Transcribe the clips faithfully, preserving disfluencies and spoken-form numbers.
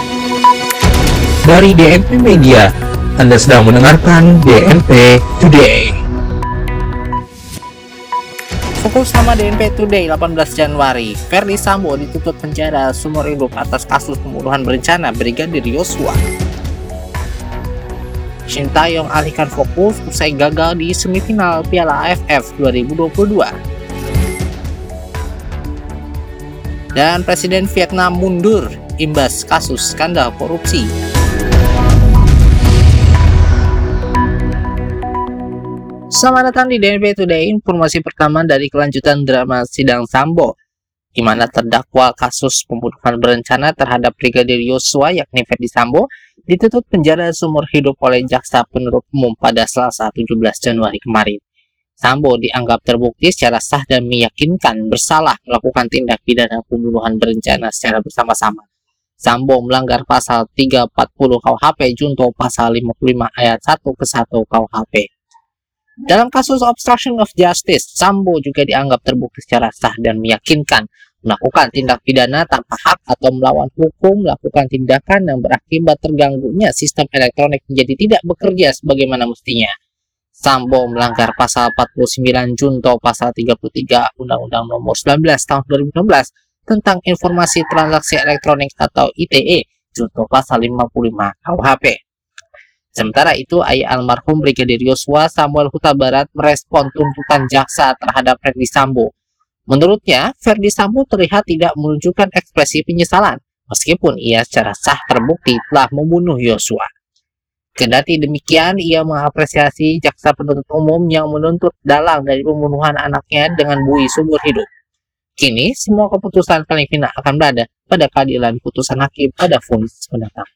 Dari D N P Media, Anda sedang mendengarkan D N P Today. Fokus sama D N P Today delapan belas Januari, Ferdi Sambo dituntut penjara seumur hidup atas kasus pembunuhan berencana Brigadir Yosua. Shin Tae-yong alihkan fokus usai gagal di semifinal Piala A F F dua ribu dua puluh dua. Dan Presiden Vietnam mundur imbas kasus skandal korupsi. Selamat datang di D N P Today, informasi pertama dari kelanjutan drama sidang Sambo, di mana terdakwa kasus pembunuhan berencana terhadap Brigadir Yosua yakni Ferdi Sambo dituntut penjara seumur hidup oleh Jaksa Penuntut Umum pada Selasa tujuh belas Januari kemarin. Sambo dianggap terbukti secara sah dan meyakinkan bersalah melakukan tindak pidana pembunuhan berencana secara bersama-sama. Sambo melanggar pasal tiga ratus empat puluh K U H P junto pasal lima puluh lima ayat satu ke satu K U H P. Dalam kasus obstruction of justice, Sambo juga dianggap terbukti secara sah dan meyakinkan melakukan tindak pidana tanpa hak atau melawan hukum, melakukan tindakan yang berakibat terganggunya sistem elektronik menjadi tidak bekerja sebagaimana mestinya. Sambo melanggar pasal empat puluh sembilan junto pasal tiga puluh tiga Undang-Undang Nomor sembilan belas Tahun dua ribu enam belas tentang informasi transaksi elektronik atau I T E junto pasal lima puluh lima K U H P. Sementara itu, ayah almarhum Brigadir Yosua, Samuel Huta Barat, merespon tuntutan jaksa terhadap Ferdi Sambo. Menurutnya, Ferdi Sambo terlihat tidak menunjukkan ekspresi penyesalan, meskipun ia secara sah terbukti telah membunuh Yosua. Kendati demikian, ia mengapresiasi jaksa penuntut umum yang menuntut dalang dari pembunuhan anaknya dengan buih seumur hidup. Kini, semua keputusan paling final akan berada pada keadilan putusan hakim pada vonis mendatang.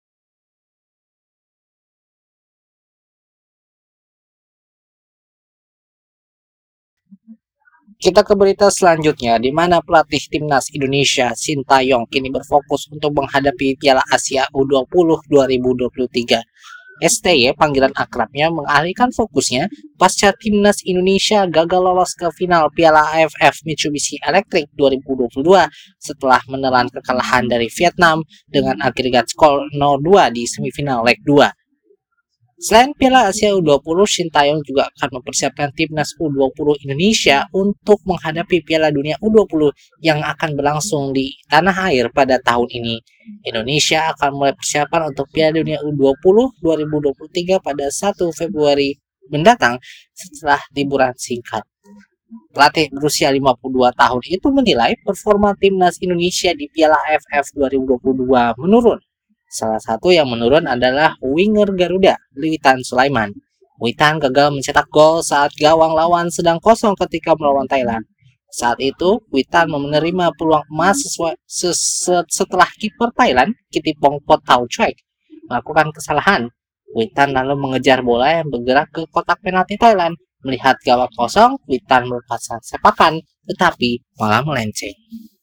Kita ke berita selanjutnya, di mana pelatih timnas Indonesia Shin Tae-yong kini berfokus untuk menghadapi Piala Asia U dua puluh dua ribu dua puluh tiga. S T Y, panggilan akrabnya, mengalihkan fokusnya pasca timnas Indonesia gagal lolos ke final Piala A F F Mitsubishi Electric dua ribu dua puluh dua setelah menelan kekalahan dari Vietnam dengan agregat skor nol dua di semifinal leg dua. Selain Piala Asia U dua puluh, Shin Tae-yong juga akan mempersiapkan timnas U dua puluh Indonesia untuk menghadapi Piala Dunia U dua puluh yang akan berlangsung di tanah air pada tahun ini. Indonesia akan mulai persiapan untuk Piala Dunia U dua puluh dua ribu dua puluh tiga pada satu Februari mendatang setelah liburan singkat. Pelatih berusia lima puluh dua tahun itu menilai performa timnas Indonesia di Piala A F F dua ribu dua puluh dua menurun. Salah satu yang menurun adalah winger Garuda, Witan Sulaiman. Witan gagal mencetak gol saat gawang lawan sedang kosong ketika melawan Thailand. Saat itu, Witan menerima peluang emas sesuai, setelah kiper Thailand, Kittipong Potauchek, melakukan kesalahan. Witan lalu mengejar bola yang bergerak ke kotak penalti Thailand. Melihat gawang kosong, Witan melepaskan sepakan, tetapi malah melenceng.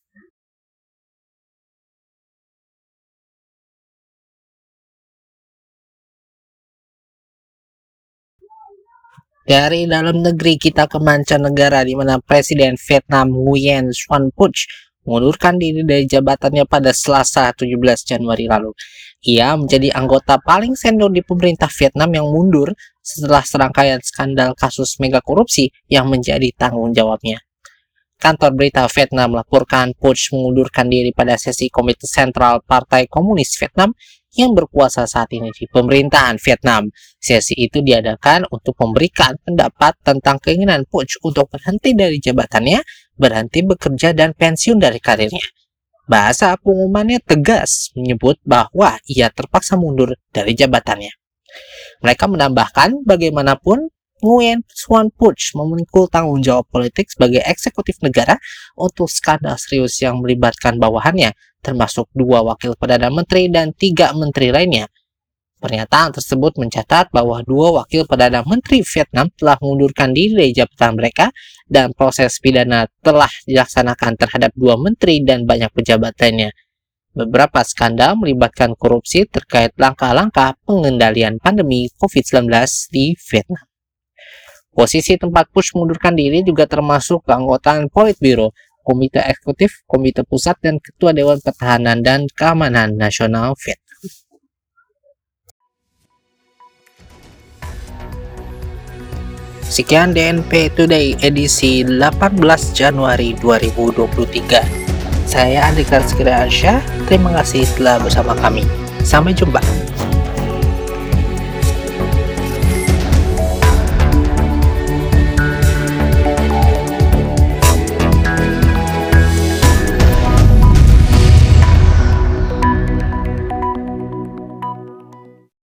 Dari dalam negeri kita ke mancanegara, di mana Presiden Vietnam Nguyen Xuan Phuc mengundurkan diri dari jabatannya pada Selasa tujuh belas Januari lalu. Ia menjadi anggota paling senior di pemerintah Vietnam yang mundur setelah serangkaian skandal kasus mega korupsi yang menjadi tanggung jawabnya. Kantor berita Vietnam melaporkan Phuc mengundurkan diri pada sesi Komite Sentral Partai Komunis Vietnam yang berkuasa saat ini di pemerintahan Vietnam. Sesi itu diadakan untuk memberikan pendapat tentang keinginan Phuc untuk berhenti dari jabatannya, berhenti bekerja dan pensiun dari karirnya. Bahasa pengumumannya tegas menyebut bahwa ia terpaksa mundur dari jabatannya. Mereka menambahkan bagaimanapun Nguyen Xuan Phuc memikul tanggung jawab politik sebagai eksekutif negara untuk skandal serius yang melibatkan bawahannya, termasuk dua wakil Perdana Menteri dan tiga menteri lainnya. Pernyataan tersebut mencatat bahwa dua wakil Perdana Menteri Vietnam telah mengundurkan diri dari jabatan mereka dan proses pidana telah dilaksanakan terhadap dua menteri dan banyak pejabat lainnya. Beberapa skandal melibatkan korupsi terkait langkah-langkah pengendalian pandemi covid sembilan belas di Vietnam. Posisi tempat Phuc mengundurkan diri juga termasuk keanggotaan Politburo Komite Eksekutif, Komite Pusat, dan Ketua Dewan Pertahanan dan Keamanan Nasional F I T. Sekian D N P Today edisi delapan belas Januari dua ribu dua puluh tiga. Saya Andika Sekira Arsyah, terima kasih telah bersama kami. Sampai jumpa.